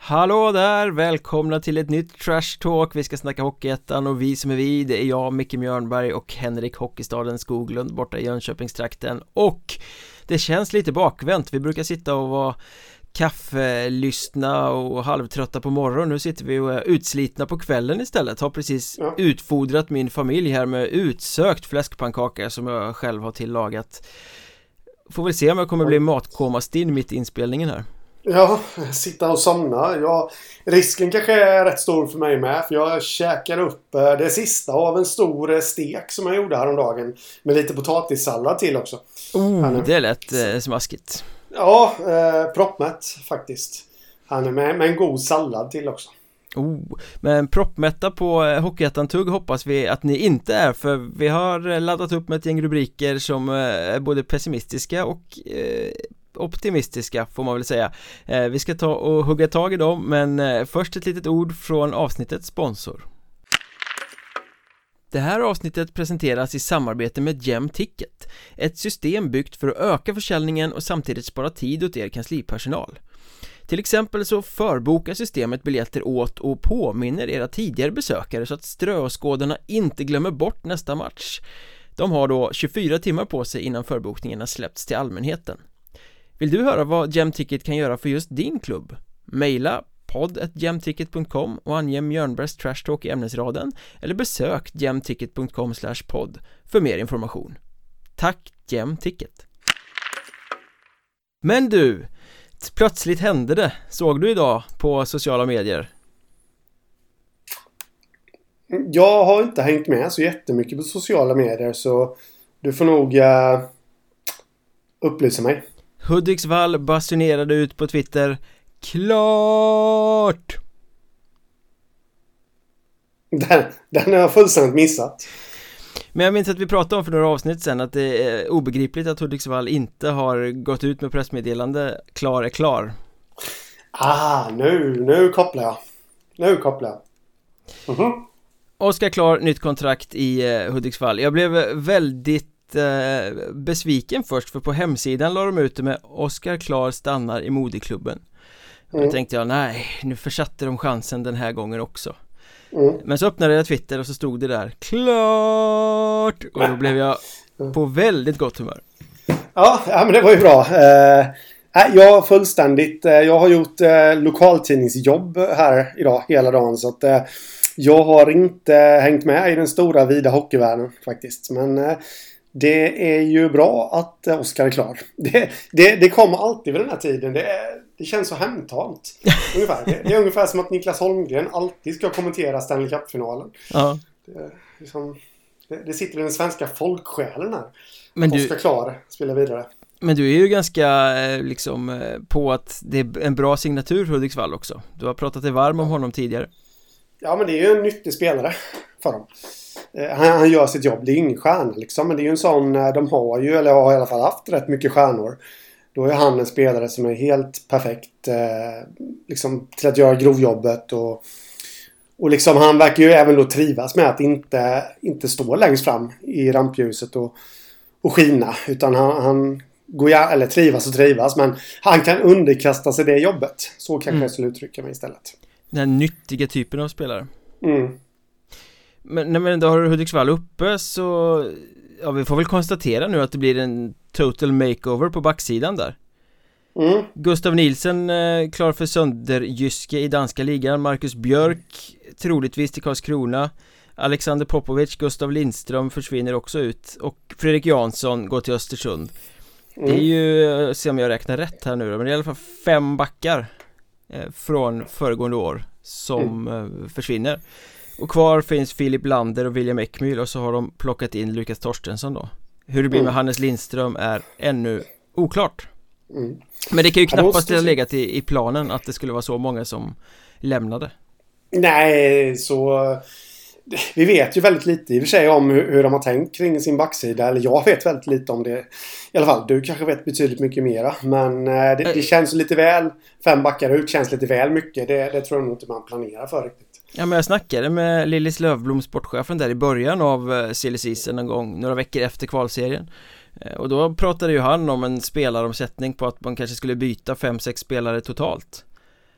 Hallå där, välkomna till ett nytt Trash Talk. Vi ska snacka Hockeyettan och vi som är vi, det är jag, Micke Mjörnberg och Henrik Hockeystaden Skoglund borta i Jönköpingstrakten. Och det känns lite bakvänt, vi brukar sitta och vara kaffelystna och halvtrötta på morgonen. Nu sitter vi och är utslitna på kvällen istället. Har precis utfodrat min familj här med utsökt fläskpannkaka som jag själv har tillagat. Får väl se om jag kommer bli matkomastinn mitt i inspelningen här. Ja, sitta och somna. Risken kanske är rätt stor för mig med. För jag käkar upp det sista av en stor stek som jag gjorde häromdagen. Med lite potatissallad till också. Det är lätt smaskigt. Ja, proppmätt faktiskt. Han är med en god sallad till också. Men proppmätta på Hockeyettan-tugg hoppas vi att ni inte är. För vi har laddat upp med ett gäng rubriker som är både pessimistiska och optimistiska får man väl säga. Vi ska ta och hugga tag i dem, men först ett litet ord från avsnittets sponsor. Det här avsnittet presenteras i samarbete med Jämticket, ett system byggt för att öka försäljningen och samtidigt spara tid åt er kanslipersonal. Till exempel så förbokar systemet biljetter åt och påminner era tidigare besökare så att ströskådarna inte glömmer bort nästa match. De har då 24 timmar på sig innan förbokningarna släppts till allmänheten. Vill du höra vad Jämticket kan göra för just din klubb? Maila podd@jämticket.com och ange Mjörnbergs Trash Talk i ämnesraden eller besök jämticket.com/podd för mer information. Tack Jämticket! Men du, plötsligt hände det. Såg du idag på sociala medier? Jag har inte hängt med så jättemycket på sociala medier, så du får nog upplysa mig. Hudiksvall basunerade ut på Twitter: klart! Den har jag fullständigt missat. Men jag minns att vi pratade om för några avsnitt sedan att det är obegripligt att Hudiksvall inte har gått ut med pressmeddelande klar är klar. Nu kopplar jag. Oskar Klar, nytt kontrakt i Hudiksvall. Jag blev väldigt besviken först, för på hemsidan la de ut det med Oskar Klar stannar i moderklubben. Och då tänkte jag, nej, nu försatte de chansen den här gången också. Men så öppnade jag Twitter och så stod det där klart, och då blev jag på väldigt gott humör. Ja, men det var ju bra. Jag har gjort lokaltidningsjobb här idag hela dagen, så att jag har inte hängt med i den stora vida hockeyvärlden faktiskt. Men det är ju bra att Oskar är klar. Det kommer alltid vid den här tiden. Det känns så hemtamt. Ungefär. Det är ungefär som att Niklas Holmgren alltid ska kommentera Stanley Cup-finalen. Ja. Det sitter i den svenska folksjälen här. Men Oskar Klar spelar vidare. Men du är ju ganska på att det är en bra signatur Hudiksvall också. Du har pratat dig varm om honom tidigare. Ja, men det är ju en nyttig spelare för dem. Han gör sitt jobb, det är ingen stjärna liksom, men det är ju en sån, de har ju, eller har i alla fall haft rätt mycket stjärnor. Då är han en spelare som är helt perfekt liksom, till att göra grovjobbet, och liksom han verkar ju även då trivas med att inte stå längst fram i rampljuset och skina, utan han går eller trivas, men han kan underkasta sig det jobbet. Så kanske jag skulle uttrycka mig istället. Den nyttiga typen av spelare. Men då har du Hudiksvall uppe, så ja, vi får väl konstatera nu att det blir en total makeover på backsidan där. Gustav Nielsen klar för Sönderjyske i danska ligan. Marcus Björk troligtvis till Karlskrona. Alexander Popovic, Gustav Lindström försvinner också ut, och Fredrik Jansson går till Östersund. Det är ju, se om jag räknar rätt här nu då, men det är i alla fall 5 backar från föregående år som försvinner. Och kvar finns Filip Lander och William Ekmyl, och så har de plockat in Lukas Torstensson då. Hur det blir med Hannes Lindström är ännu oklart. Men det kan ju knappast ha legat i planen att det skulle vara så många som lämnade. Nej, så vi vet ju väldigt lite i och för sig om hur de har tänkt kring sin backsida. Eller jag vet väldigt lite om det. I alla fall, du kanske vet betydligt mycket mera. Men det känns lite väl, 5 backar ut känns lite väl mycket. Det tror jag nog inte man planerar för riktigt. Ja, men jag snackade med Lillis Lövblom, sportchefen där i början av silly season en gång, några veckor efter kvalserien. Och då pratade ju han om en spelaromsättning på att man kanske skulle byta 5-6 spelare totalt.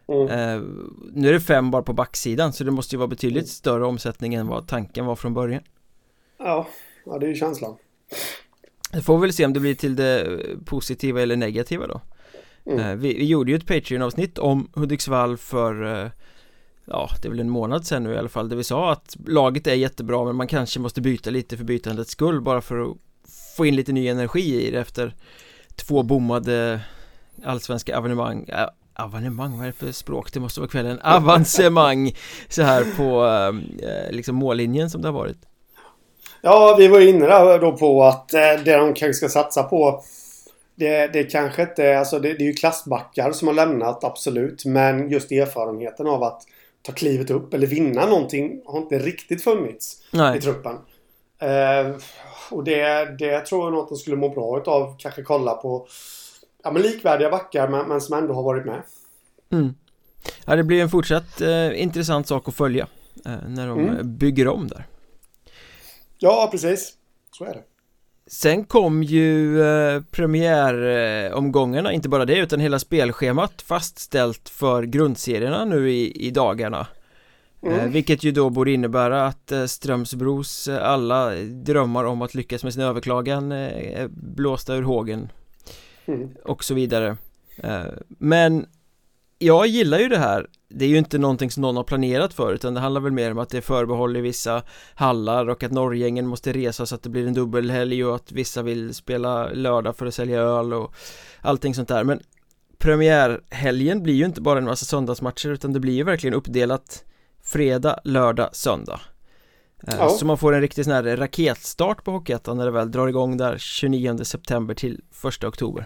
Nu är det 5 bara på backsidan, så det måste ju vara betydligt större omsättning än vad tanken var från början. Ja, det är ju känslan. Det får vi väl se om det blir till det positiva eller negativa då. Vi gjorde ju ett Patreon-avsnitt om Hudiksvall för det är väl en månad sedan nu i alla fall, där vi sa att laget är jättebra, men man kanske måste byta lite för bytandets skull, bara för att få in lite ny energi i det efter 2 bommade allsvenska avancemang, vad är det för språk? Det måste vara kvällen. Avancemang så här på liksom mållinjen som det har varit. Ja, vi var inne där då på att det de kanske ska satsa på, det kanske inte, alltså det är ju klassbackar som har lämnat, absolut, men just erfarenheten av att ta klivet upp eller vinna någonting har inte riktigt funnits i truppen. Och det tror jag nog att de skulle må bra utav, kanske kolla på likvärdiga backar men som ändå har varit med. Ja, det blir en fortsatt intressant sak att följa när de bygger om där. Ja, precis. Så är det. Sen kom ju premiäromgångarna, inte bara det utan hela spelschemat fastställt för grundserierna nu i dagarna. Vilket ju då borde innebära att Strömsbros alla drömmar om att lyckas med sin överklagan är blåsta ur hågen och så vidare. Men jag gillar ju det här. Det är ju inte någonting som någon har planerat för, utan det handlar väl mer om att det är förbehåll i vissa hallar och att Norrgängen måste resa så att det blir en dubbelhelg och att vissa vill spela lördag för att sälja öl och allting sånt där. Men premiärhelgen blir ju inte bara en massa söndagsmatcher, utan det blir ju verkligen uppdelat fredag, lördag, söndag. Så man får en riktig sån här raketstart på Hockeyettan när det väl drar igång där 29 september till 1 oktober.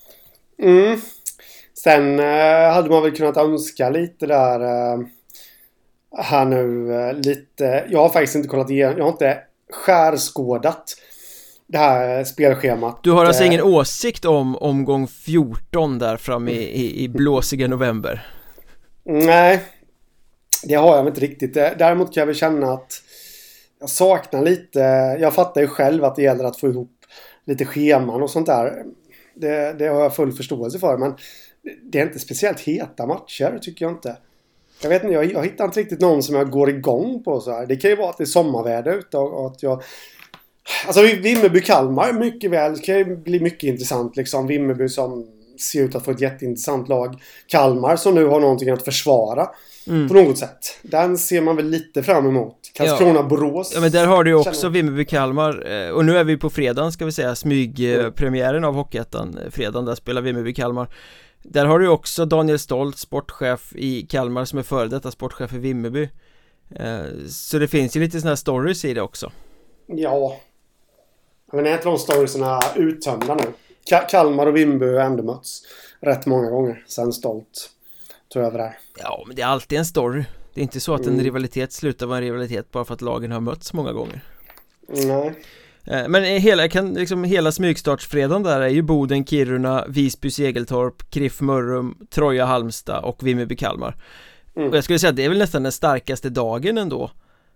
Sen hade man väl kunnat önska lite där här nu lite. Jag har faktiskt inte kollat igenom, jag har inte skärskådat det här spelschemat. Du har alltså ingen åsikt om omgång 14 där fram i blåsiga november? Nej, det har jag inte riktigt. Däremot kan jag väl känna att jag saknar lite. Jag fattar ju själv att det gäller att få ihop lite scheman och sånt där. Det har jag full förståelse för, men det är inte speciellt heta matcher, tycker jag inte. Jag vet inte, jag hittar inte riktigt någon som jag går igång på så här. Det kan ju vara att det är sommarväder ute och att jag... Alltså Vimmerby-Kalmar mycket väl kan ju bli mycket intressant liksom. Vimmerby som ser ut att få ett jätteintressant lag. Kalmar som nu har någonting att försvara på något sätt. Den ser man väl lite fram emot. Karlskrona-Borås. Ja, men där har du ju också Vimmerby-Kalmar. Och nu är vi på fredagen, ska vi säga, smygpremiären av Hockeyettan. Fredagen, där spelar Vimmerby-Kalmar. Där har du också Daniel Stolt, sportchef i Kalmar, som är före detta sportchef i Vimmerby. Så det finns ju lite såna här stories i det också. Ja. Men är inte de storiesna uttömda nu? Kalmar och Vimmerby har ändå mötts rätt många gånger sen Stolt tog över där. Ja, men det är alltid en story. Det är inte så att en rivalitet slutar vara en rivalitet bara för att lagen har mötts många gånger. Nej. Men hela smygstartsfredagen där är ju Boden, Kiruna, Visby, Segeltorp, KRIF Mörrum, Troja, Halmstad och Vimmerby, Kalmar. Och jag skulle säga att det är väl nästan den starkaste dagen ändå.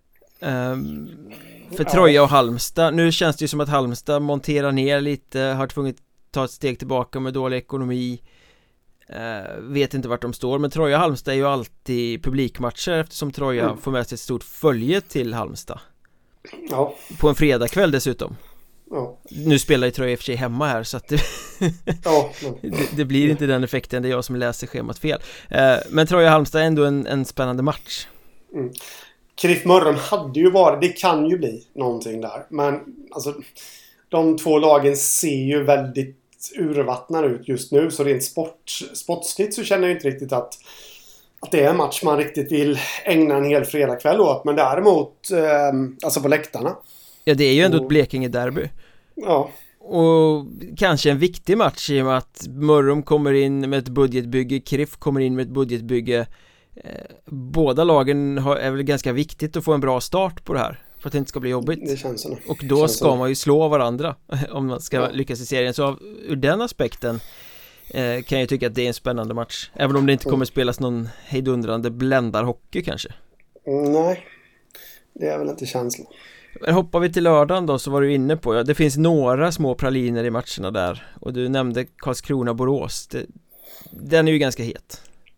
För Troja och Halmstad. Nu känns det ju som att Halmstad monterar ner lite, har tvungit ta ett steg tillbaka med dålig ekonomi. Vet inte vart de står. Men Troja och Halmstad är ju alltid publikmatcher, eftersom Troja får med sig ett stort följe till Halmstad. Ja. På en fredagkväll dessutom. Ja. Nu spelar ju Troja i och för sig hemma här, så att det blir inte den effekten. Det är jag som läser schemat fel. Men Troja och Halmstad är ändå en spännande match. KRIF Mörrum hade ju varit, det kan ju bli någonting där. Men alltså, de två lagen ser ju väldigt urvattnade ut just nu. Så rent sportsligt så känner jag inte riktigt att det är en match man riktigt vill ägna en hel fredagkväll åt. Men däremot, alltså på läktarna. Ja, det är ju ändå ett Blekinge-derby. Ja. Och kanske en viktig match i och med att Mörrum kommer in med ett budgetbygge, KRIF kommer in med ett budgetbygge. Båda lagen är väl ganska viktigt att få en bra start på det här, för att det inte ska bli jobbigt. Det känns så. Och då ska man ju slå varandra om man ska lyckas i serien. Så ur den aspekten kan jag tycka att det är en spännande match. Även om det inte kommer spelas någon hejdundrande bländarhockey kanske. Nej, det är väl inte känslan. Men hoppar vi till lördagen då, så var du inne på, det finns några små praliner i matcherna där. Och du nämnde Karlskrona-Borås. Den är ju ganska het.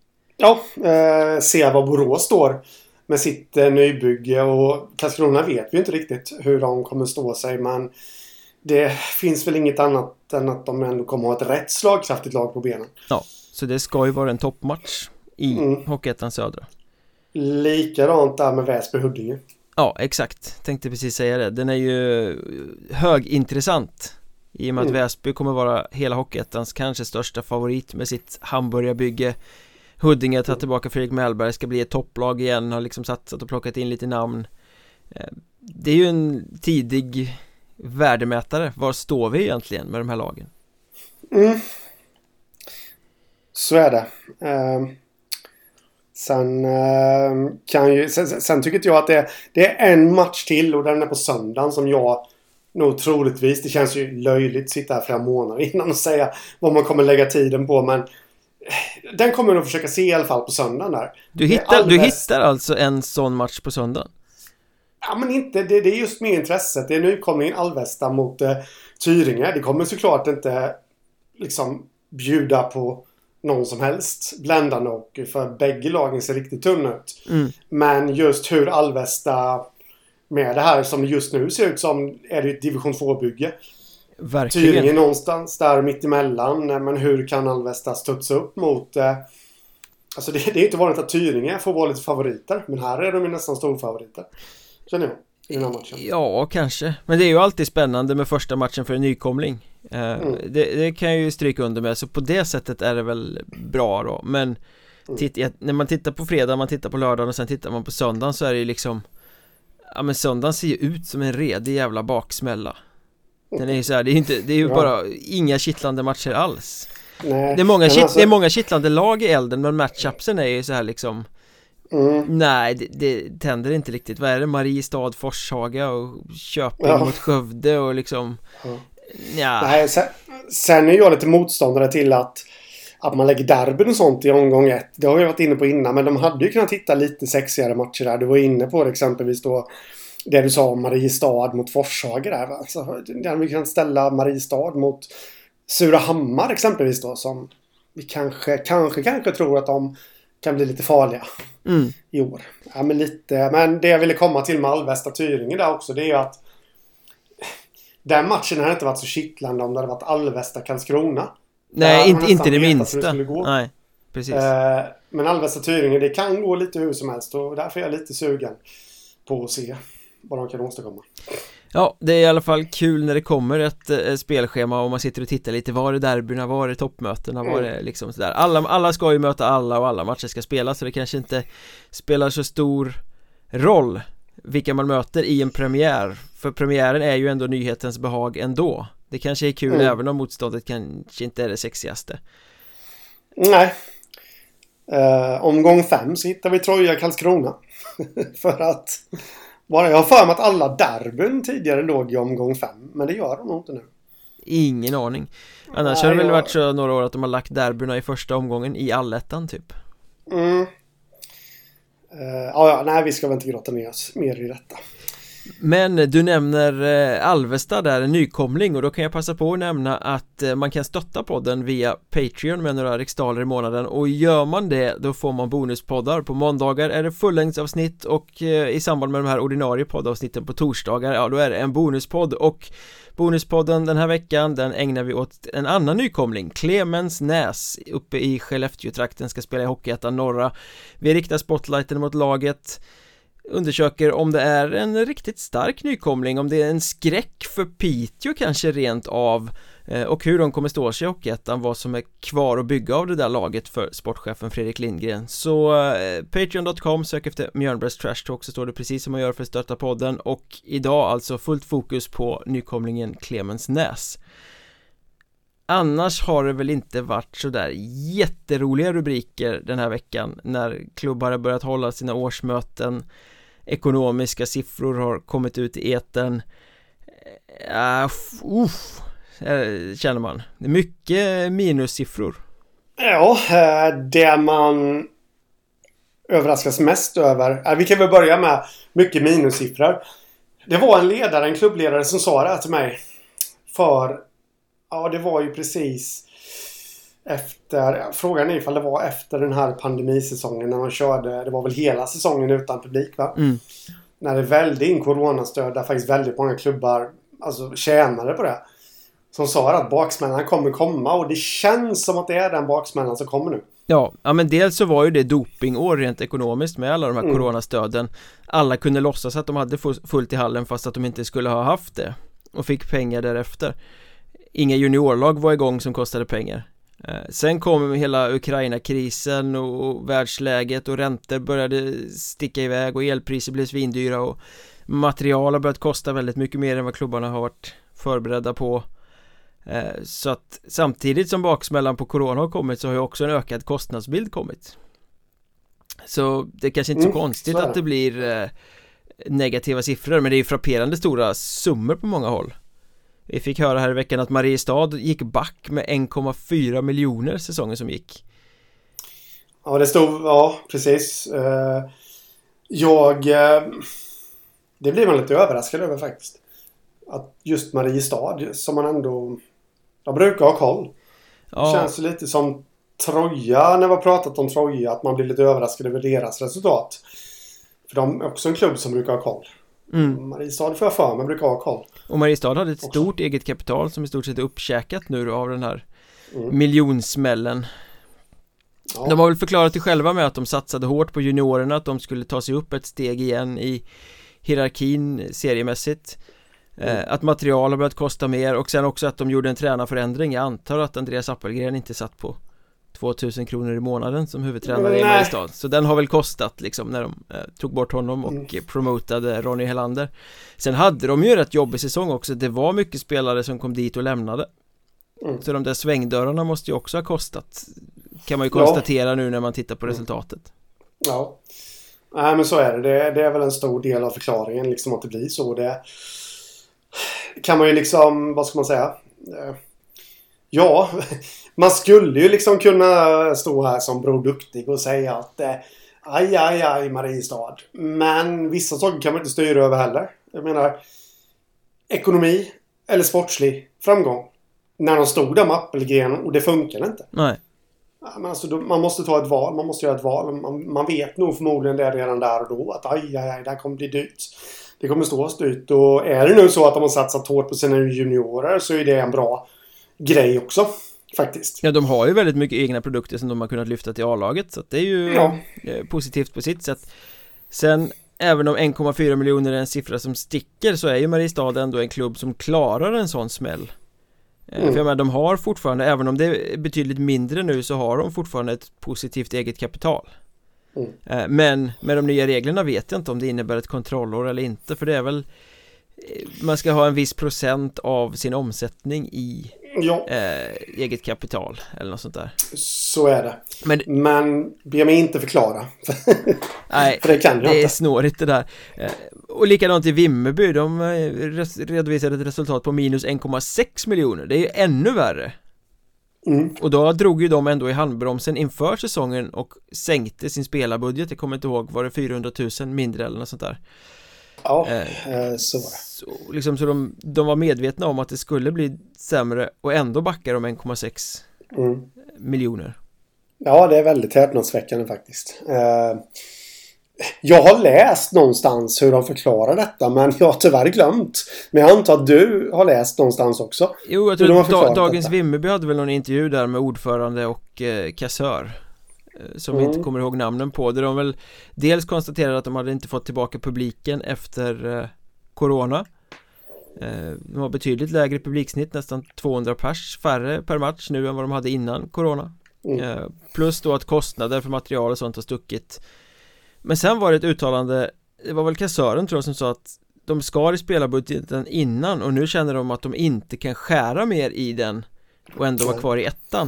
Ja, se vad Borås står med sitt nybygge, och Karlskrona vet vi inte riktigt hur de kommer stå sig, men det finns väl inget annat än att de ändå kommer ha ett rätt slagkraftigt lag på benen. Ja, så det ska ju vara en toppmatch i Hockeyettan Södra. Likadant där med Väsby-Huddinge. Ja, exakt. Tänkte precis säga det. Den är ju högintressant i och med att Väsby kommer vara hela Hockeyettans kanske största favorit med sitt hamburgarbygge. Huddinge tar tillbaka Fredrik Mellberg, ska bli ett topplag igen, har liksom satsat och plockat in lite namn. Det är ju en tidig värdemätare. Var står vi egentligen med de här lagen? Så är det. Sen tycker inte jag att det är en match till, och den är på söndagen, som jag nog troligtvis, det känns ju löjligt att sitta här flera månader innan och säga vad man kommer lägga tiden på, men den kommer jag nog försöka se i alla fall på söndagen där. Du hittar alltså en sån match på söndagen? Ja, men inte, det är just med intresset. Det är nykomlingen Alvesta mot Tyringe. Det kommer såklart inte liksom bjuda på någon som helst bländande, och för bägge lagen ser riktigt tunna ut. Men just hur Alvesta med det här som just nu ser ut som, är det ett division 2-bygge. Verkligen. Tyringe någonstans där mitt emellan, men hur kan Alvesta studsa upp mot alltså det är inte vanligt att Tyringe får vara lite favoriter, men här är de nästan storfavoriter, känner jag, i den här matchen. Ja, kanske. Men det är ju alltid spännande med första matchen för en nykomling. Det kan jag ju stryka under med. Så på det sättet är det väl bra då. Men när man tittar på fredag, man tittar på lördag och sen tittar man på söndagen, så är det ju liksom, ja, men söndagen ser ju ut som en redig jävla baksmälla. Den är ju så här, det är ju bara inga kittlande matcher alls. Nej, det är många kittlande lag i elden, men matchupsen är ju så här liksom. Nej, det tänder inte riktigt. Vad är det? Mariestad, Forshaga och Köping mot Skövde och liksom Nej, sen är jag lite motståndare till att man lägger derbyn och sånt i omgång 1. Det har vi varit inne på innan, men de hade ju kunnat hitta lite sexigare matcher där. Du var inne på det, exempelvis då det du sa om Mariestad mot Forshaga där, va? Så där vi kan ställa Mariestad mot Surahammar exempelvis då, som vi kanske tror att de kan bli lite farliga i år. Ja, men det jag ville komma till med Alvesta Tyringe där också, det är ju att den matchen hade inte varit så kittlande om det hade varit Alvesta Karlskrona. Nej, inte det minsta. Nej, precis. Men Alvesta Tyringe, det kan gå lite hur som helst, och därför är jag lite sugen på att se vad de kan åstadkomma. Ja, det är i alla fall kul när det kommer ett spelschema och man sitter och tittar lite, var är derbyna, var är toppmötena, var är liksom sådär. Alla ska ju möta alla och alla matcher ska spelas, så det kanske inte spelar så stor roll vilka man möter i en premiär, för premiären är ju ändå nyhetens behag ändå. Det kanske är kul även om motståndet kanske inte är det sexigaste. Nej. Omgång 5 så hittar vi Troja Karlskrona. För att jag har för mig att alla derbyn tidigare låg i omgång 5, men det gör de nog inte nu. Ingen aning. Annars har det väl varit så några år att de har lagt derbyna i första omgången i allettan typ. Nej, vi ska väl inte grotta ner oss mer i detta. Men du nämner Alvesta där, en nykomling, och då kan jag passa på att nämna att man kan stötta podden via Patreon med några riksdaler i månaden, och gör man det då får man bonuspoddar. På måndagar är det fullängdsavsnitt, och i samband med de här ordinarie poddavsnitten på torsdagar, då är det en bonuspodd. Och bonuspodden den här veckan, den ägnar vi åt en annan nykomling, Clemens Näs uppe i Skellefteå-trakten, ska spela i Hockeyettan Norra. Vi riktar spotlighten mot laget, undersöker om det är en riktigt stark nykomling, om det är en skräck för Piteå kanske rent av, och hur de kommer stå sig i Hockeyettan, vad som är kvar att bygga av det där laget för sportchefen Fredrik Lindgren. Så patreon.com, sök efter Mjölnbergs Trash Talk, så står det precis som man gör för att stötta podden. Och idag alltså fullt fokus på nykomlingen Clemens Näs. Annars har det väl inte varit så där jätteroliga rubriker den här veckan när klubbar har börjat hålla sina årsmöten. Ekonomiska siffror har kommit ut i etern. Känner man. Det är mycket minussiffror. Ja, det man överraskas mest över. Vi kan väl börja med mycket minussiffror. Det var en klubbledare som sa det här till mig. Det var ju precis frågan är ifall det var efter den här pandemisäsongen när de körde, det var väl hela säsongen utan publik, va? När det välde in coronastöd där faktiskt väldigt många klubbar alltså tjänade på det. Som sa att baksmällan kommer komma, och det känns som att det är den baksmällan som kommer nu. Ja, men dels så var ju det dopingår rent ekonomiskt med alla de här coronastöden. Alla kunde låtsas att de hade fullt i hallen fast att de inte skulle ha haft det, och fick pengar därefter. Inga juniorlag var igång som kostade pengar. Sen kom hela Ukraina-krisen och världsläget, och räntor började sticka iväg och elpriser blev svindyra och material har börjat kosta väldigt mycket mer än vad klubbarna har varit förberedda på. Så att samtidigt som baksmällan på corona har kommit så har ju också en ökad kostnadsbild kommit. Så det är kanske inte så konstigt att det blir negativa siffror, men det är ju frapperande stora summor på många håll. Vi fick höra här i veckan att Mariestad gick back med 1,4 miljoner säsongen som gick. Ja, det stod, ja precis. Det blir man lite överraskad över faktiskt. Att just Mariestad, som man ändå, de brukar ha koll. Ja. Det känns lite som Troja, när vi har pratat om Troja, att man blir lite överraskad över deras resultat. För de är också en klubb som brukar ha koll. Mariestad får jag för mig brukar ha koll. Och Mariestad hade ett stort eget kapital som i stort sett är uppkäkat nu av den här miljonsmällen. Ja. De har väl förklarat det själva med att de satsade hårt på juniorerna, att de skulle ta sig upp ett steg igen i hierarkin seriemässigt. Att material har börjat kosta mer, och sen också att de gjorde en tränarförändring. Jag antar att Andreas Appelgren inte satt på 2000 kronor i månaden som huvudtränare i Mariestad. Så den har väl kostat liksom när de tog bort honom och promotade Ronny Helander. Sen hade de ju rätt jobbig säsong också. Det var mycket spelare som kom dit och lämnade. Så de där svängdörrarna måste ju också ha kostat, kan man ju konstatera nu när man tittar på resultatet. Ja, nej men så är det. Det är väl en stor del av förklaringen liksom, att det blir så. Det kan man ju liksom, vad ska man säga? Ja, man skulle ju liksom kunna stå här som Bror Duktig och säga att aj Mariestad. Men vissa saker kan man inte styra över heller. Jag menar, ekonomi eller sportslig framgång. När de stod där med Appelgren och det funkar inte. Nej. Men alltså, man måste ta ett val, man måste göra ett val. Man vet nog förmodligen det redan där och då. Att aj, det här kommer bli dyrt. Det kommer stå dyrt. Och är det nu så att de har satsat hårt på sina juniorer, så är det en bra grej också, faktiskt. Ja, de har ju väldigt mycket egna produkter som de har kunnat lyfta till A-laget, så att det är ju positivt på sitt sätt. Sen, även om 1,4 miljoner är en siffra som sticker, så är ju Mariestad ändå en klubb som klarar en sån smäll. För jag menar, de har fortfarande, även om det är betydligt mindre nu, så har de fortfarande ett positivt eget kapital. Men med de nya reglerna vet jag inte om det innebär ett kontrollår eller inte, för det är väl, man ska ha en viss procent av sin omsättning i eget kapital eller något sånt där. Så är det. Men be mig inte förklara. Nej, för det kan jag inte. Det är snårigt det där. Och likadant i Vimmerby, de redovisade ett resultat på minus 1,6 miljoner. Det är ju ännu värre. Och då drog ju de ändå i handbromsen inför säsongen och sänkte sin spelarbudget. Jag kommer inte ihåg, var det 400 000 mindre eller något sånt där. Ja, så var det. Så de var medvetna om att det skulle bli sämre, och ändå backar de 1,6 miljoner. Ja, det är väldigt häpnadsväckande faktiskt. Jag har läst någonstans hur de förklarar detta, men jag har tyvärr glömt. Men jag antar att du har läst någonstans också. Jo, jag tror att Dagens Vimmerby hade väl någon intervju där med ordförande och kassör, som vi inte kommer ihåg namnen på, där de väl dels konstaterade att de hade inte fått tillbaka publiken efter corona. De har betydligt lägre publiksnitt, nästan 200 pers färre per match nu än vad de hade innan corona. Plus då att kostnader för material och sånt har stuckit. Men sen var det ett uttalande, det var väl kassören tror jag, som sa att de skar i spelarbudgeten innan, och nu känner de att de inte kan skära mer i den och ändå vara kvar i ettan.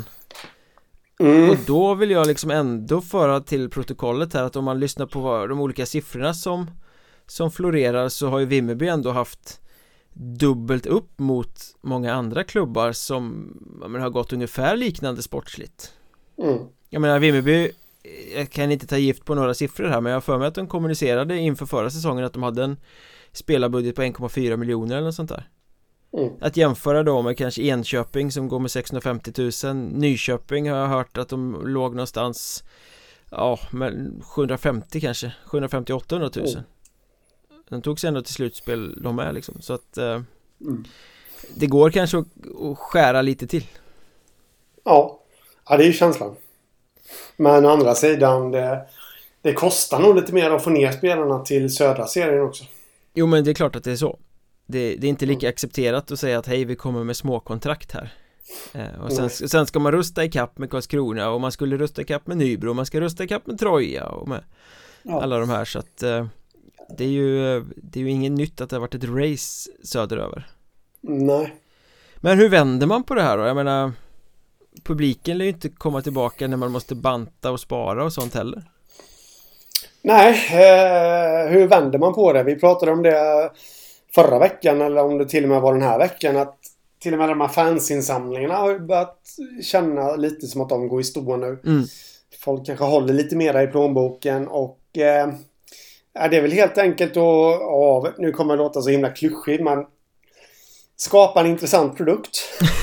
Och då vill jag liksom ändå föra till protokollet här att om man lyssnar på de olika siffrorna som florerar, så har ju Vimmerby ändå haft dubbelt upp mot många andra klubbar som har gått ungefär liknande sportsligt. Jag menar, Vimmerby, jag kan inte ta gift på några siffror här, men jag har för mig att de kommunicerade inför förra säsongen att de hade en spelarbudget på 1,4 miljoner eller något sånt där. Att jämföra då med kanske Enköping som går med 650 000. Nyköping har jag hört att de låg någonstans men 750 kanske 750-800 000. Den tog sig ändå till slutspel de är liksom. Så att det går kanske att skära lite till. Ja, det är ju känslan. Men å andra sidan det kostar nog lite mer att få ner spelarna till södra serien också. Jo, men det är klart att det är så. Det är inte lika accepterat att säga att hej, vi kommer med småkontrakt här. Och sen ska man rusta i kapp med Karlskrona, och man skulle rusta i kapp med Nybro, och man ska rusta i kapp med Troja och med alla de här. Så att det är ju ingen nytt att det har varit ett race söderöver. Nej. Men hur vänder man på det här då? Jag menar, publiken lär ju inte komma tillbaka när man måste banta och spara och sånt heller. Nej, hur vänder man på det? Vi pratade om det förra veckan, eller om det till och med var den här veckan, att till och med de här fansinsamlingarna har börjat känna lite som att de går i stå nu. Folk kanske håller lite mera i plånboken, och det är väl helt enkelt att nu kommer det låta så himla klyschigt, men skapa en intressant produkt.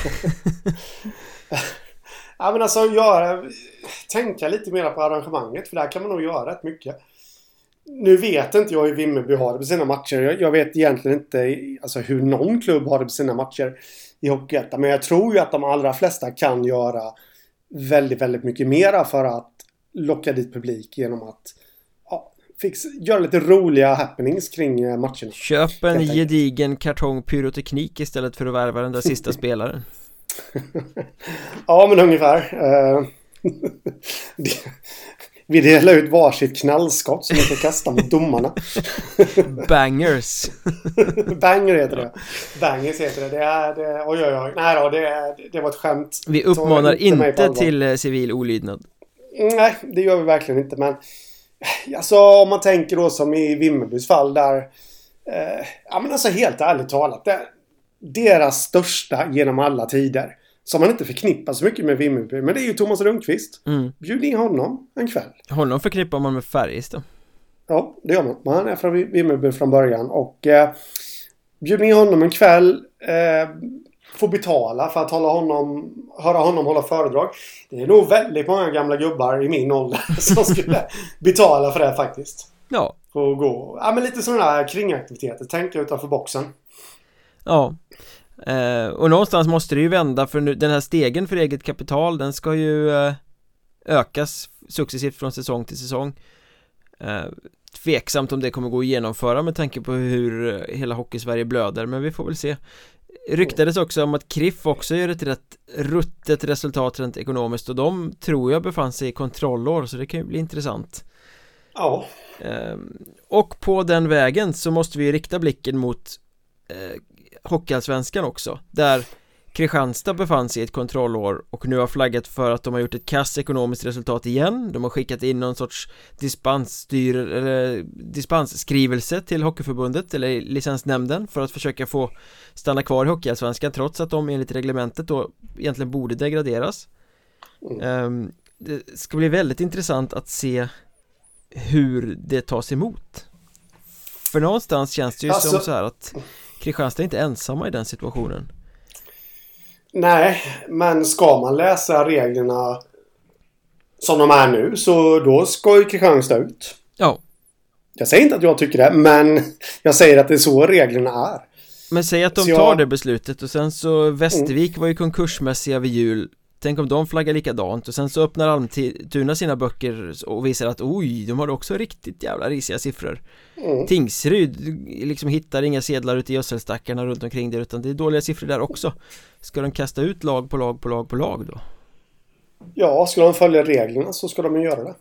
Ja, men alltså tänka lite mer på arrangemanget, för där kan man nog göra rätt mycket. Nu vet inte jag hur Vimmerby har det på sina matcher. Jag vet egentligen inte alltså hur någon klubb har det på sina matcher i Hockeyettan, men jag tror ju att de allra flesta kan göra väldigt, väldigt mycket mera för att locka dit publik genom att göra lite roliga happenings kring matcherna. Köp en gedigen kartong pyroteknik istället för att värva den där sista spelaren. Ja, men ungefär. Vi delar ut varsitt knallskott som vi kan kasta mot domarna. Bangers. Banger heter det. Bangers heter det. Oj. Nej då, det var ett skämt. Vi uppmanar inte till civil olydnad. Nej, det gör vi verkligen inte. Men alltså, om man tänker då som i Vimmerbys fall där, men alltså helt ärligt talat, deras största genom alla tider, som man inte förknippar så mycket med Vimmerby, men det är ju Thomas Lundqvist. Bjud in honom en kväll. Honom förknippar man med Färjestad. Ja, det gör man. Han är från Vimmerby från början, och bjud in honom en kväll, får betala för att höra honom hålla föredrag. Det är nog väldigt många gamla gubbar i min ålder som skulle betala för det faktiskt. Ja. Och gå. Ja, men lite sådana här kringaktiviteter. Tänka utanför boxen. Ja. Och någonstans måste det ju vända, för nu, den här stegen för eget kapital, den ska ju ökas successivt från säsong till säsong. Tveksamt om det kommer gå att genomföra med tanke på hur hela Hockeysverige blöder, men vi får väl se. Ryktades också om att KRIF också gör ett rätt ruttet resultat rent ekonomiskt, och de tror jag befann sig i kontrollår, så det kan ju bli intressant. Ja. Och på den vägen så måste vi rikta blicken mot Hockeyallsvenskan också, där Kristianstad befann sig i ett kontrollår och nu har flaggat för att de har gjort ett kass ekonomiskt resultat igen. De har skickat in någon sorts dispensskrivelse till Hockeyförbundet eller licensnämnden för att försöka få stanna kvar i Hockeyallsvenskan, trots att de enligt reglementet då egentligen borde degraderas. Det ska bli väldigt intressant att se hur det tas emot. För någonstans känns det ju som så här att Kristianstad är inte ensamma i den situationen. Nej, men ska man läsa reglerna som de är nu, så då ska ju Kristianstad ut. Ja. Jag säger inte att jag tycker det, men jag säger att det är så reglerna är. Men säg att de tar det beslutet, och sen så Västervik var ju konkursmässiga vid jul. Tänk om de flaggar likadant, och sen så öppnar Almtuna sina böcker och visar att oj, de har också riktigt jävla risiga siffror. Tingsryd liksom hittar inga sedlar ute i gödselstackarna runt omkring där, utan det är dåliga siffror där också. Ska de kasta ut lag på lag då? Ja, ska de följa reglerna så ska de ju göra det.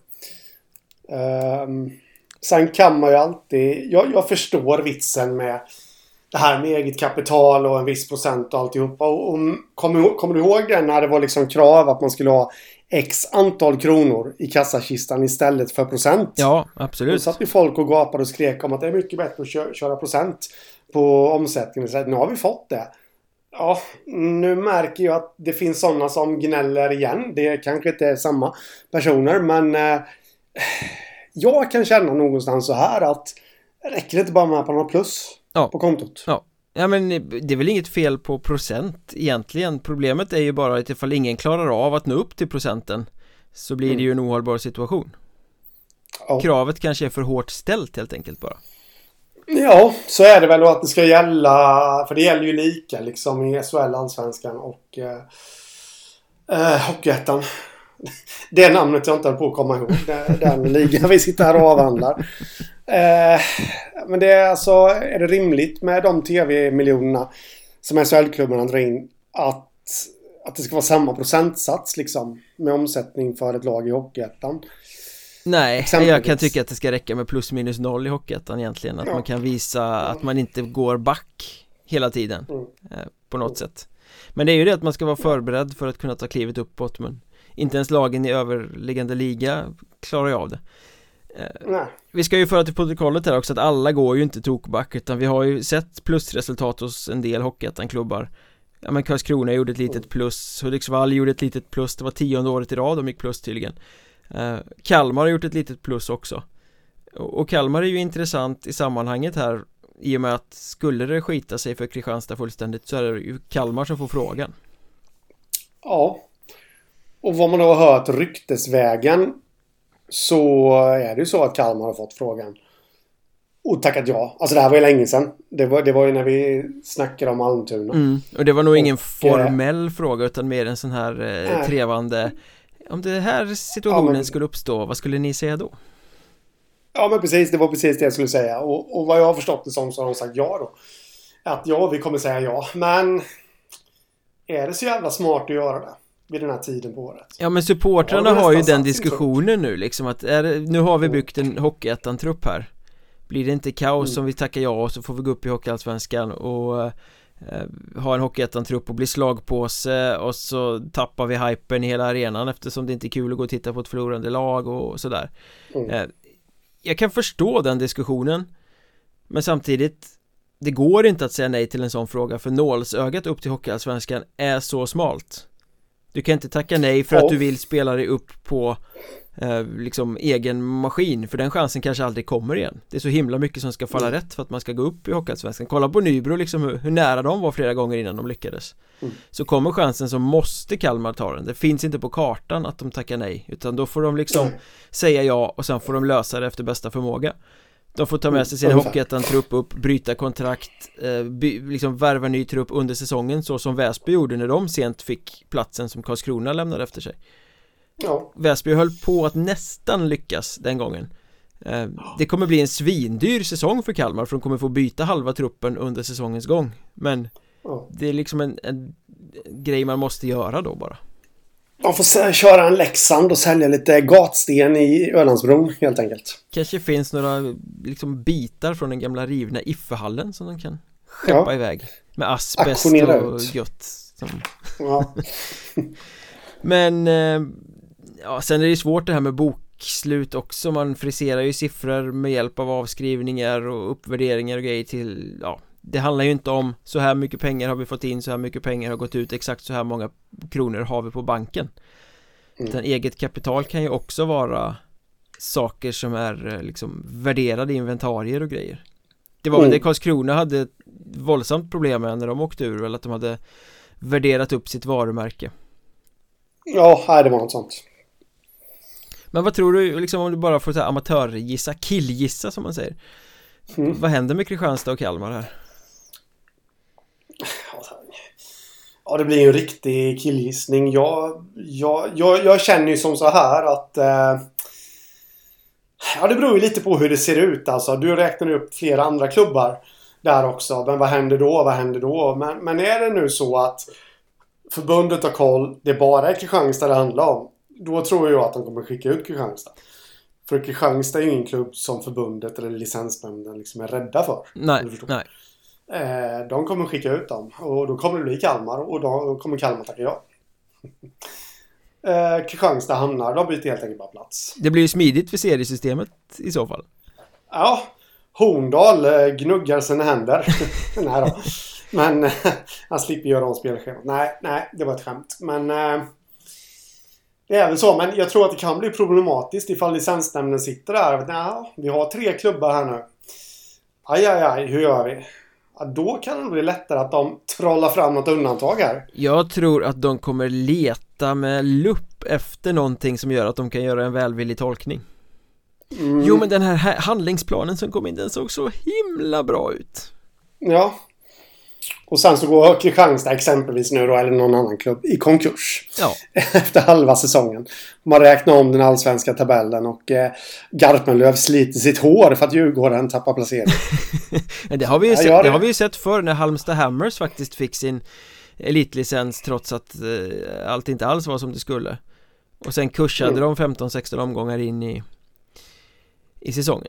Sen kan man ju alltid, jag förstår vitsen med det här med eget kapital och en viss procent och alltihopa. Och kommer du ihåg det när det var liksom krav att man skulle ha x antal kronor i kassakistan istället för procent? Ja, absolut. Då satt ju folk och gapade och skrek om att det är mycket bättre att köra procent på omsättningen. Så nu har vi fått det. Ja, nu märker jag att det finns sådana som gnäller igen. Det kanske inte är samma personer, men jag kan känna någonstans så här att räcker det inte bara med på något plus på kontot? Ja, Ja, men det är väl inget fel på procent egentligen. Problemet är ju bara att ifall ingen klarar av att nå upp till procenten så blir det ju en ohållbar situation. Kravet kanske är för hårt ställt helt enkelt bara. Ja, så är det väl, att det ska gälla, för det gäller ju lika liksom i SHL, Allsvenskan och Hockeyettan. Det är namnet jag inte har på att komma ihåg. Den ligan vi sitter här och avhandlar. Men det är alltså, är det rimligt med de tv-miljonerna som SHL-klubbarna drar in att det ska vara samma procentsats liksom med omsättning för ett lag i Hockeyettan? Nej, jag kan tycka att det ska räcka med plus minus noll i Hockeyettan egentligen. Att man kan visa att man inte går back hela tiden på något sätt. Men det är ju det att man ska vara förberedd för att kunna ta klivet uppåt. Men inte ens lagen i överliggande liga klarar ju av det. Vi ska ju föra till protokollet här också att alla går ju inte tokback, utan vi har ju sett plusresultat hos en del Hockeyettan-klubbar. Ja, men Karlskrona gjorde ett litet plus, Hudiksvall gjorde ett litet plus, det var 10:e året i rad de gick plus tydligen. Kalmar har gjort ett litet plus också. Och Kalmar är ju intressant i sammanhanget här, i och med att skulle det skita sig för Kristianstad fullständigt så är det ju Kalmar som får frågan. Ja. Och vad man då har hört ryktesvägen så är det ju så att Kalmar har fått frågan och tackat ja. Alltså det här var ju länge sedan. Det var ju när vi snackade om Almtuna. Och det var nog ingen formell fråga, utan mer en sån här trevande, om det här situationen skulle uppstå, vad skulle ni säga då? Ja, men precis, det var precis det jag skulle säga. Och vad jag har förstått det som så har de sagt ja då. Att ja, vi kommer säga ja. Men är det så jävla smart att göra det vid den här tiden på året? Ja, men supportrarna har ju den diskussionen nu liksom, att nu har vi byggt en Hockeyettan-trupp här. Blir det inte kaos om vi tackar ja, och så får vi gå upp i Hockeyallsvenskan och ha en Hockeyettan-trupp och bli slagpåse, och så tappar vi hypen i hela arenan eftersom det inte är kul att gå och titta på ett förlorande lag och sådär. Jag kan förstå den diskussionen, men samtidigt, det går inte att säga nej till en sån fråga, för nålsögat upp till Hockeyallsvenskan är så smalt. Du kan inte tacka nej för att du vill spela dig upp på liksom egen maskin, för den chansen kanske aldrig kommer igen. Det är så himla mycket som ska falla rätt för att man ska gå upp i Hockeyallsvenskan. Kolla på Nybro liksom, hur nära de var flera gånger innan de lyckades. Så kommer chansen, så måste Kalmar ta den. Det finns inte på kartan att de tackar nej, utan då får de liksom säga ja, och sen får de lösa det efter bästa förmåga. De får ta med sig sin Hockeyettan-trupp upp, bryta kontrakt, liksom värva ny trupp under säsongen, så som Väsby gjorde när de sent fick platsen som Karlskrona lämnade efter sig. Väsby höll på att nästan lyckas den gången. Det kommer bli en svindyr säsong för Kalmar, för de kommer få byta halva truppen under säsongens gång. Men det är liksom en grej man måste göra då bara. Man får köra en Leksand och sälja lite gatsten i Ölandsbron helt enkelt. Kanske finns några liksom bitar från den gamla rivna Iffehallen som de kan skeppa iväg med asbest och gött som... Men sen är det svårt det här med bokslut också. Man friserar ju siffror med hjälp av avskrivningar och uppvärderingar och grejer till, det handlar ju inte om så här mycket pengar har vi fått in, så här mycket pengar har gått ut, exakt så här många kronor har vi på banken. Utan eget kapital kan ju också vara saker som är liksom värderade inventarier och grejer. Det var väl det Karlskrona hade ett våldsamt problem med när de åkte ur, eller att de hade värderat upp sitt varumärke. Ja, det var något sånt. Men vad tror du, liksom, om du bara får så här amatörgissa, killgissa som man säger, vad händer med Kristianstad och Kalmar här? Ja, det blir ju en riktig killgissning. Jag känner ju som så här att det beror ju lite på hur det ser ut. Alltså, du räknar upp flera andra klubbar där också. Men vad händer då? Men är det nu så att förbundet har koll, det bara är Kristianstad det handlar om, då tror jag att de kommer skicka ut Kristianstad. För Kristianstad är ju ingen klubb som förbundet eller licensnämnden liksom är rädda för. Nej. De kommer skicka ut dem, och då kommer det bli Kalmar, och då kommer Kalmar tacka ja. Kristianstad hamnar, de byter helt enkelt bara plats. Det blir ju smidigt för seriesystemet i så fall. Ja, Horndal gnuggar sina händer. Nej då. Men han slipper göra om spelschemat. Nej, det var ett skämt. Men det är väl så. Men jag tror att det kan bli problematiskt ifall licensnämnden sitter där. Vi har 3 klubbar här nu. Aj, hur gör vi? då kan det bli lättare att de trollar fram något undantag här. Jag tror att de kommer leta med lupp efter någonting som gör att de kan göra en välvillig tolkning. Jo, men den här handlingsplanen som kom in, den såg så himla bra ut. Ja. Och sen så går Kristianstad exempelvis nu då, eller någon annan klubb, i konkurs. Ja. Efter halva säsongen. Man räknar om den allsvenska tabellen och Garpenlöv sliter sitt hår för att Djurgården tappar placering. det har vi ju sett förr när Halmstad Hammers faktiskt fick sin elitlicens trots att allt inte alls var som det skulle. Och sen kursade de 15-16 omgångar in i säsongen.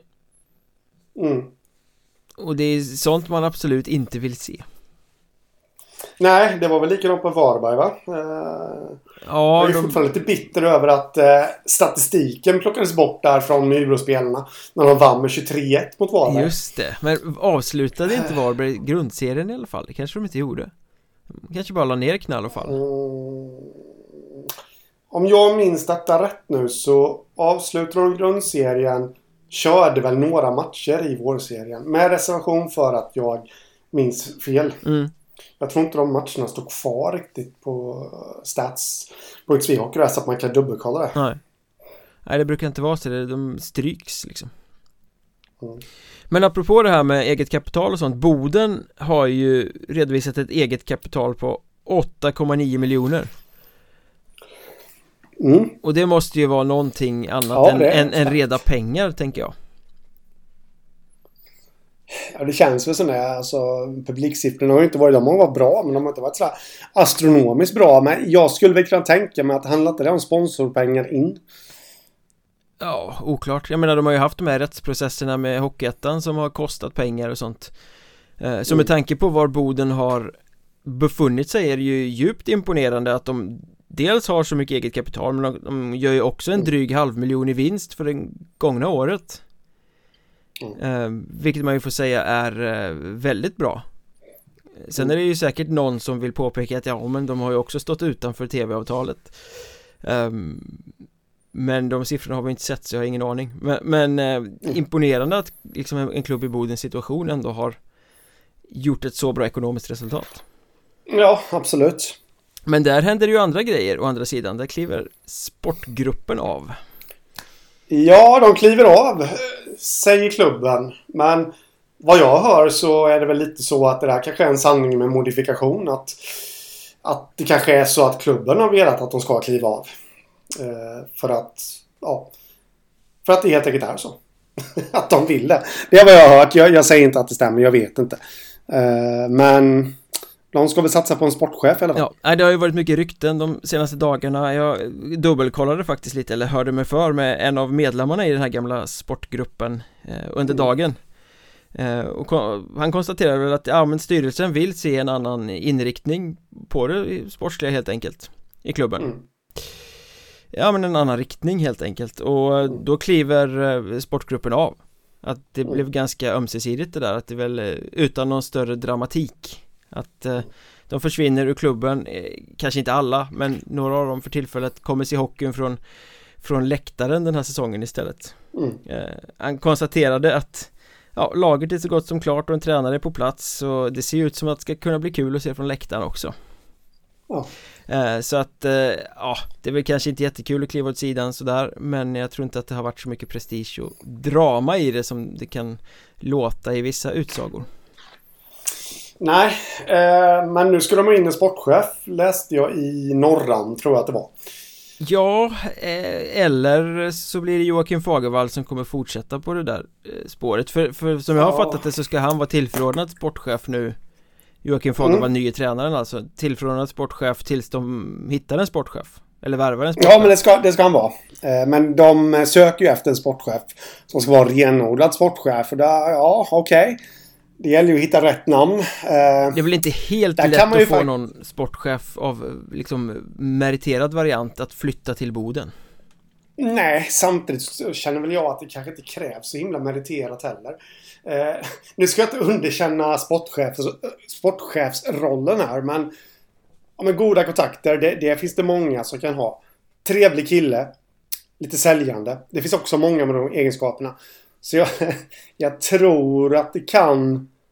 Och det är sånt man absolut inte vill se. Nej, det var väl likadant på Varberg, va? Jag är fortfarande lite bitter över att statistiken plockades bort där från Nybro-spelarna när de vann med 23-1 mot Varberg. Just det, men avslutade inte Varberg grundserien i alla fall? Det kanske de inte gjorde. De kanske bara la ner knall och fall. Om jag minns detta rätt nu så avslutade de grundserien, körde väl några matcher i vårserien med reservation för att jag minns fel. Jag tror inte de matcherna stod kvar riktigt på stats på XV Hockey så att man kan dubbelkolla det. Nej, det brukar inte vara så. De stryks liksom. Men apropå det här med eget kapital och sånt, Boden har ju redovisat ett eget kapital på 8,9 miljoner. Och det måste ju vara någonting annat än reda pengar, tänker jag. Ja, det känns väl som det. Alltså, publiksiffrorna har ju inte varit, de har varit bra, men de har inte varit så astronomiskt bra. Men jag skulle väl kunna tänka mig att det handlar inte om sponsorpengar in. Ja, oklart. Jag menar, de har ju haft de här rättsprocesserna med Hockeyettan som har kostat pengar och sånt. Så med tanke på var Boden har befunnit sig är det ju djupt imponerande att de dels har så mycket eget kapital, men de gör ju också en dryg 500 000 i vinst för det gångna året. Vilket man ju får säga är väldigt bra. Sen är det ju säkert någon som vill påpeka att men de har ju också stått utanför tv-avtalet. Men de siffrorna har vi inte sett, så jag har ingen aning. Men imponerande att liksom en klubb i Bodens situation ändå har gjort ett så bra ekonomiskt resultat. Ja, absolut. Men där händer ju andra grejer. Å andra sidan, där kliver sportgruppen av. Ja, de kliver av, säger klubben. Men vad jag hör så är det väl lite så att det där kanske är en sanning med modifikation. Att det kanske är så att klubben har velat att de ska kliva av. För att det helt enkelt är så. Att de vill det. Det är vad jag har hört. Jag säger inte att det stämmer, jag vet inte. Men de ska väl satsa på en sportchef eller vad? Ja, det har ju varit mycket rykten de senaste dagarna. Jag dubbelkollade faktiskt lite, eller hörde mig för med en av medlemmarna i den här gamla sportgruppen under dagen. Och han konstaterade väl att men styrelsen vill se en annan inriktning på det sportsliga helt enkelt i klubben. Ja, men en annan riktning helt enkelt. Och då kliver sportgruppen av. Att det blev ganska ömsesidigt det där. Att det väl utan någon större dramatik. Att de försvinner ur klubben. Kanske inte alla, men några av dem för tillfället kommer se hockeyn från läktaren den här säsongen istället. Han konstaterade att laget är så gott som klart och en tränare är på plats. Så det ser ut som att det ska kunna bli kul att se från läktaren också. Så att det är väl kanske inte jättekul att kliva åt sidan sådär, men jag tror inte att det har varit så mycket prestige och drama i det som det kan låta i vissa utsagor. Nej, men nu ska de ha in en sportchef, läste jag i Norran, tror jag att det var. Ja, eller så blir det Joakim Fagervall som kommer fortsätta på det där spåret. För som jag har fattat det så ska han vara tillförordnad sportchef nu. Joakim Fagervall, nye tränaren alltså, tillförordnad sportchef tills de hittar en sportchef. Eller värvar en sportchef. Ja, men det ska han vara. Men de söker ju efter en sportchef som ska vara renodlad sportchef. Och där, okej. Det gäller ju att hitta rätt namn. Det är väl inte helt lätt att få någon sportchef av liksom meriterad variant att flytta till Boden. Nej, samtidigt känner väl jag att det kanske inte krävs så himla meriterat heller. Nu ska jag inte underkänna sportchefsrollen här, men med goda kontakter, det finns det många som kan ha. Trevlig kille, lite säljande. Det finns också många med de egenskaperna. Så jag tror att det kan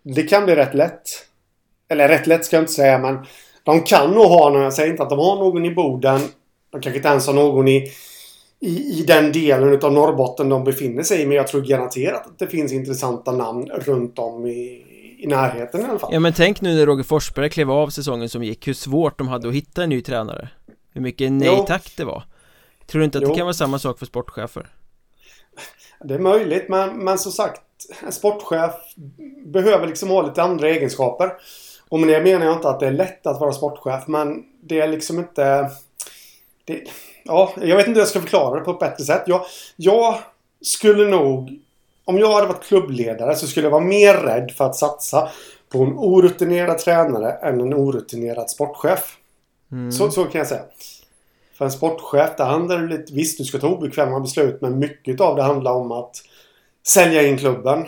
det kan bli rätt lätt. Eller rätt lätt ska jag inte säga, men de kan nog ha någon. Jag säger inte att de har någon i Boden. De kanske inte ens har någon i den delen av Norrbotten de befinner sig i. Men jag tror garanterat att det finns intressanta namn runt om i närheten i alla fall. Ja, men tänk nu när Roger Forsberg klev av säsongen som gick, hur svårt de hade att hitta en ny tränare. Hur mycket nej tack det var. Tror du inte att det kan vara samma sak för sportchefer? Det är möjligt, men som sagt, en sportchef behöver liksom ha lite andra egenskaper. Och med det menar jag inte att det är lätt att vara sportchef, men det är liksom inte... jag vet inte hur jag ska förklara det på ett bättre sätt. Jag skulle nog... Om jag hade varit klubbledare så skulle jag vara mer rädd för att satsa på en orutinerad tränare än en orutinerad sportchef. Så kan jag säga. För en sportchef, där handlar det lite... Visst, du ska ta obekväma beslut, men mycket av det handlar om att sälja in klubben.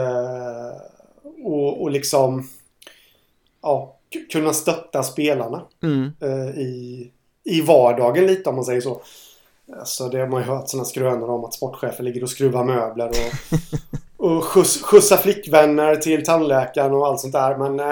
Och liksom... kunna stötta spelarna i vardagen lite, om man säger så. Alltså, det har man ju hört sådana skrönor om att sportchefer ligger och skruvar möbler och skjutsar flickvänner till tandläkaren och allt sånt där. Men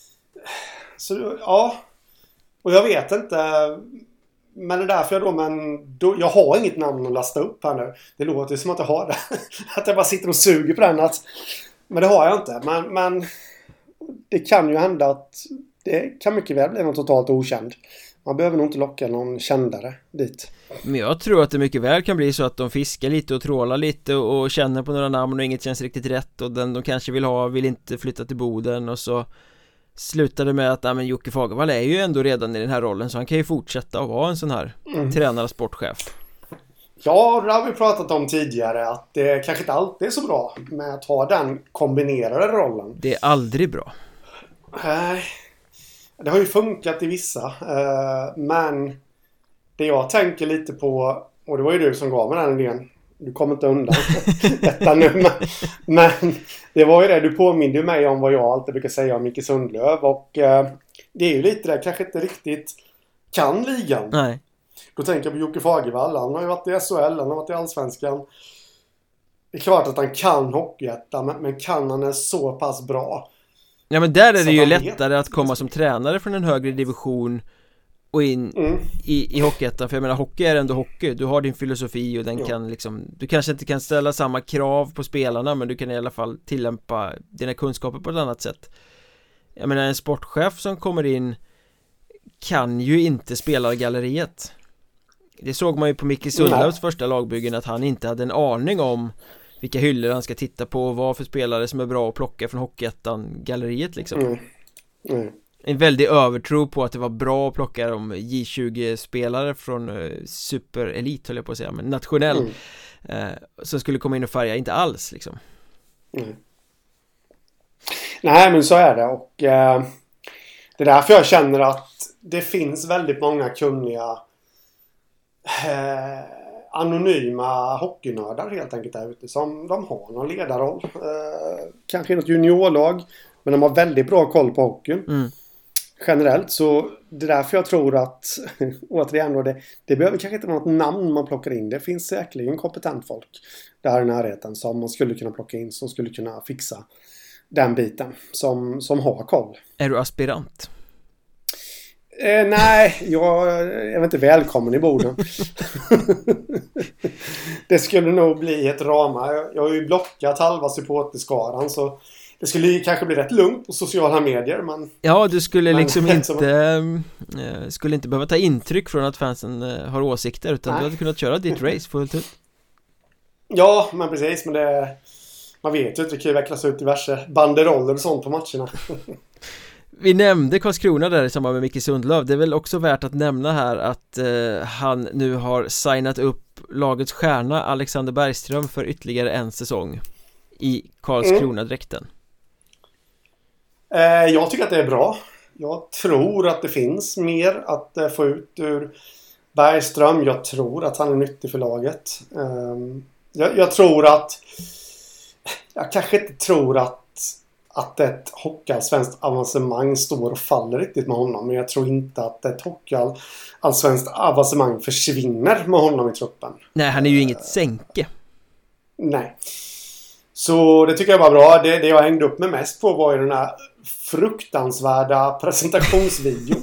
och jag vet inte, men det är därför jag har inget namn att lasta upp här nu. Det låter som att jag har det. Att jag bara sitter och suger på den. Men det har jag inte. Men det kan ju hända att det kan mycket väl bli någon totalt okänd. Man behöver nog inte locka någon kändare dit. Men jag tror att det mycket väl kan bli så att de fiskar lite och trålar lite och känner på några namn och inget känns riktigt rätt, och den de kanske vill inte flytta till Boden, och så slutar det med att Jocke Fagervall är ju ändå redan i den här rollen, så han kan ju fortsätta att vara en sån här tränare, sportchef. Ja, det har vi pratat om tidigare, att det kanske inte alltid är så bra med att ha den kombinerade rollen. Det är aldrig bra. Det har ju funkat i vissa, men det jag tänker lite på, och det var ju du som gav mig den idén, du kommer inte undan detta nu, men det var ju det, du påminner mig om vad jag alltid brukar säga om Micke Sundlöv, och det är ju lite det, kanske inte riktigt kan ligan. Nej. Då tänker jag på Jocke Fagervall, han har ju varit i SHL, han har varit i Allsvenskan. Det är klart att han kan Hockeyettan, men kan han är så pass bra? Ja, men där är det ju lättare att komma som tränare från en högre division och in i Hockeyettan. För jag menar, hockey är ändå hockey. Du har din filosofi och den kan liksom... Du kanske inte kan ställa samma krav på spelarna, men du kan i alla fall tillämpa dina kunskaper på ett annat sätt. Jag menar, en sportchef som kommer in kan ju inte spela galleriet. Det såg man ju på Micke Sundlövs första lagbyggen, att han inte hade en aning om vilka hyllor han ska titta på och vad för spelare som är bra att plocka från Hockeyettan-galleriet liksom. En väldig övertro på att det var bra att plocka de J20-spelare från superelit, höll jag på att säga, men nationell som skulle komma in och färga, inte alls liksom. Nej, men så är det, och det är därför jag känner att det finns väldigt många kunniga anonyma hockeynördar helt enkelt där ute, som de har någon ledarroll, kanske i något juniorlag, men de har väldigt bra koll på hockeyn generellt. Så det är därför jag tror att återigen då, det behöver kanske inte vara något namn man plockar in. Det finns säkerligen kompetent folk där i närheten som man skulle kunna plocka in, som skulle kunna fixa den biten, som har koll. Är du aspirant? Nej, jag är inte välkommen i Boden. Det skulle nog bli ett drama. Jag har ju blockat halva supporterskaran, så det skulle ju kanske bli rätt lugnt på sociala medier, men... Ja, du skulle liksom inte skulle inte behöva ta intryck från att fansen har åsikter, utan du hade kunnat köra ditt race fullt ut. Ja, men precis, men man vet ju att det kan ju vecklas ut diverse banderoller och sånt på matcherna. Vi nämnde Karlskrona där i samband med Micke Sundlöv. Det är väl också värt att nämna här att han nu har signat upp lagets stjärna Alexander Bergström för ytterligare en säsong i Karlskrona-dräkten. Jag tycker att det är bra. Jag tror att det finns mer att få ut ur Bergström. Jag tror att han är nyttig för laget. Jag tror att... Jag kanske inte tror att ett hockeyallsvenskt avancemang står och faller riktigt med honom. Men jag tror inte att ett hockeyallsvenskt avancemang försvinner med honom i truppen. Nej, han är ju inget sänke. Nej. Så det tycker jag var bra. Det jag hängde upp mig mest på var ju den här fruktansvärda presentationsvideon.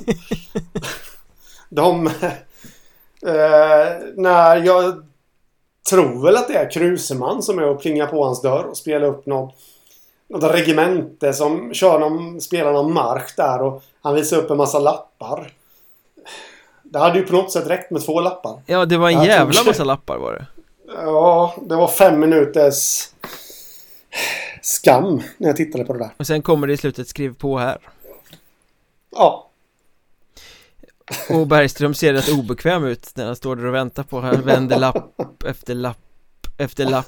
När jag tror väl att det är Kruseman som är och plingar på hans dörr och spelar upp något regemente som spelar någon marsch där och han visar upp en massa lappar. Det hade ju på något sätt räckt med 2 lappar. Ja, det var en jävla massa lappar var det. Ja, det var 5 minuters skam när jag tittade på det där. Och sen kommer det i slutet, skriv på här. Ja. Och Bergström ser rätt obekväm ut när han står där och väntar på här. Vänder lapp efter lapp efter lapp.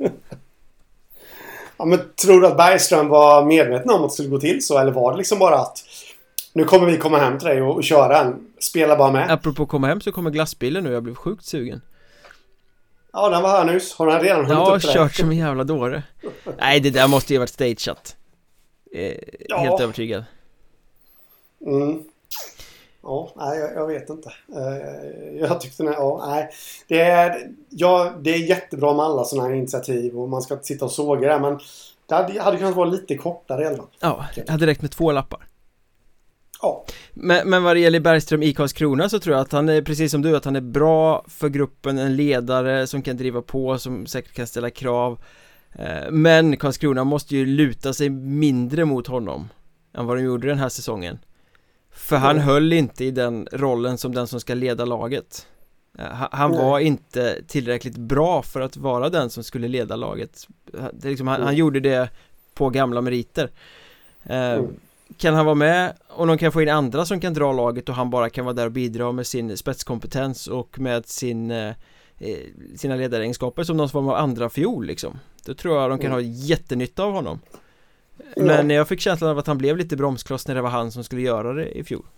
Ja, men tror du att Bergström var medveten om att det skulle gå till så? Eller var det liksom bara att nu kommer vi komma hem till dig och köra en? Spela bara med. Apropå komma hem så kommer glassbilen nu. Jag blev sjukt sugen. Ja, den var här nyss. Har den redan hunnit upp för kört som en jävla dåre. Nej, det där måste ju ha varit stageat. Helt övertygad. Mm. Ja, nej, jag vet inte. Jag tyckte det är jättebra med alla sådana här initiativ och man ska inte sitta och såga det, men det hade kunnat vara lite kortare i alla fall. Ja, det hade räckt med 2 lappar. Ja. Men vad det gäller Bergström i Karlskrona så tror jag att han är precis som du, att han är bra för gruppen, en ledare som kan driva på, som säkert kan ställa krav. Men Karlskrona måste ju luta sig mindre mot honom än vad de gjorde den här säsongen. För han höll inte i den rollen som den som ska leda laget. Han var inte tillräckligt bra för att vara den som skulle leda laget. Han gjorde det på gamla meriter. Kan han vara med och de kan få in andra som kan dra laget och han bara kan vara där och bidra med sin spetskompetens och med sina ledaregenskaper som någon form av andra fiol liksom. Då tror jag de kan ha jättenytta av honom. Men jag fick känslan av att han blev lite bromskloss när det var han som skulle göra det i fjol.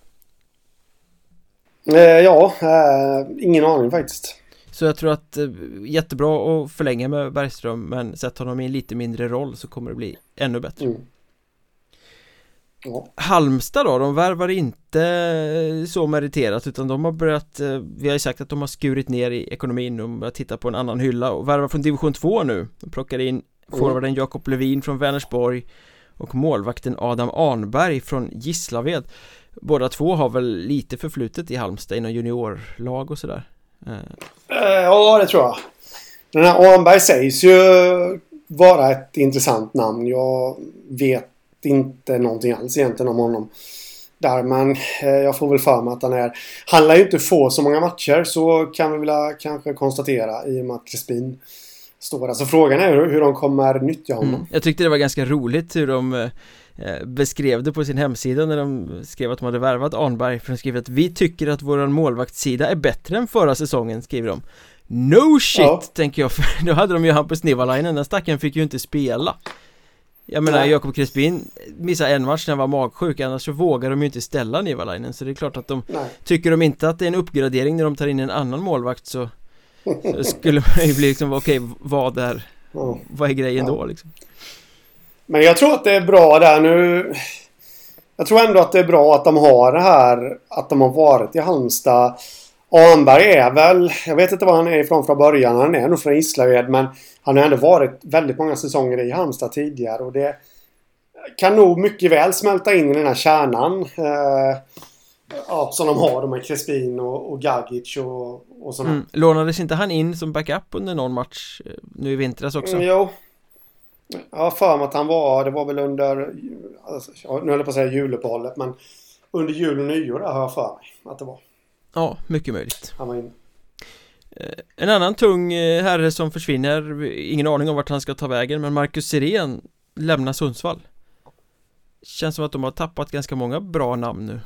Ingen aning faktiskt. Så jag tror att jättebra att förlänga med Bergström, men sätt honom i en lite mindre roll så kommer det bli ännu bättre. Ja. Halmstad då, de värvar inte så meriterat utan de har börjat, vi har ju sagt att de har skurit ner i ekonomin och börjat titta på en annan hylla och värvar från division 2 nu. De plockar in forwarden Jakob Levin från Vänersborg och målvakten Adam Arnberg från Gislaved. Båda två har väl lite förflutet i Halmstad inom juniorlag och sådär. Ja, det tror jag. Den här Arnberg sägs ju vara ett intressant namn. Jag vet inte någonting alls egentligen om honom där, men jag får väl för mig att han lär ju inte få så många matcher, så kan vi väl kanske konstatera i och med att Crespin står där. Så frågan är hur de kommer nyttja honom. Jag tyckte det var ganska roligt hur de beskrev det på sin hemsida när de skrev att de hade värvat Arnberg, för de skrev att vi tycker att våran målvaktssida är bättre än förra säsongen, skriver de. No shit, tänker jag, för då hade de ju Hampus Nivalainen, den stacken fick ju inte spela. Jag menar, Jakob Crespin missade en match när han var magsjuk, annars så vågar de ju inte ställa Nivalainen, så det är klart att tycker de inte att det är en uppgradering när de tar in en annan målvakt, så skulle man ju bli liksom, okej, vad är grejen då liksom? Men jag tror att det är bra där nu. Jag tror ändå att det är bra att de har det här, att de har varit i Halmstad. Arnberg är väl, jag vet inte var han är ifrån från början, han är nog från Gislaved, men han har ändå varit väldigt många säsonger i Halmstad tidigare och det kan nog mycket väl smälta in i den här kärnan som de har, de här Crespin och Gagic och sådana. Lånades inte han in som backup under någon match nu i vintras också? Jo. Ja, för mig att det var väl under, nu höll jag på att säga juluppehållet, men under jul och nyår där har jag för mig att det var. Ja, mycket möjligt. Han var inne. En annan tung herre som försvinner, ingen aning om vart han ska ta vägen, men Marcus Sirén lämnar Sundsvall. Känns som att de har tappat ganska många bra namn nu.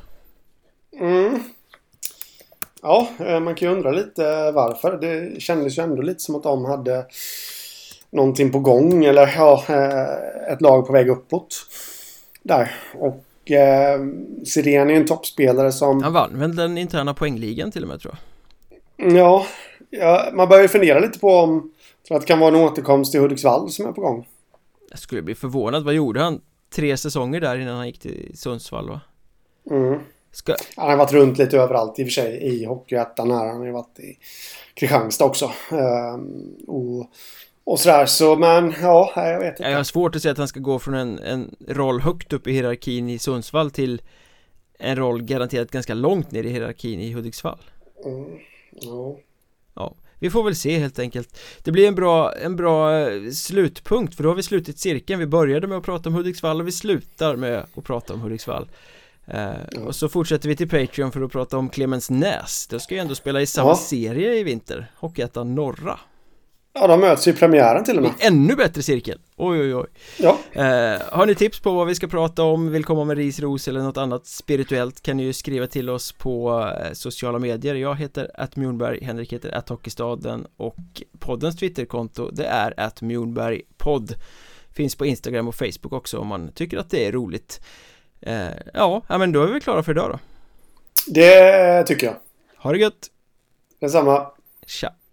Ja, man kan ju undra lite varför. Det kändes ju ändå lite som att de hade någonting på gång, eller ett lag på väg uppåt där. Och Sirén är en toppspelare som... Han vann väl den interna poängligan till och med, tror jag. Ja, man börjar ju fundera lite på om att det kan vara en återkomst till Hudiksvall som är på gång. Jag skulle bli förvånad. Vad gjorde han? 3 säsonger där innan han gick till Sundsvall, va? Han har varit runt lite överallt i och för sig i Hockeyettan här. Han har ju varit i Kristianstad också. Och Och sådär så, men ja, jag vet inte. Jag har svårt att säga att han ska gå från en roll högt upp i hierarkin i Sundsvall till en roll garanterat ganska långt ner i hierarkin i Hudiksvall. Ja, vi får väl se helt enkelt. Det blir en bra slutpunkt, för då har vi slutit cirkeln. Vi började med att prata om Hudiksvall och vi slutar med att prata om Hudiksvall. Och så fortsätter vi till Patreon för att prata om Clemensnäs. Det ska ju ändå spela i samma serie i vinter, Hockeyettan Norra. Ja, de möts i premiären till och med. Ännu bättre cirkel. Oj. Ja. Har ni tips på vad vi ska prata om, vill komma med risros eller något annat spirituellt, kan ni ju skriva till oss på sociala medier. Jag heter @Mjornberg, Henrik heter @Hockeystaden och poddens Twitterkonto det är @Mjornbergpodd. Finns på Instagram och Facebook också om man tycker att det är roligt. Ja, men då är vi klara för idag då. Det tycker jag. Ha det gött. Detsamma. Tja.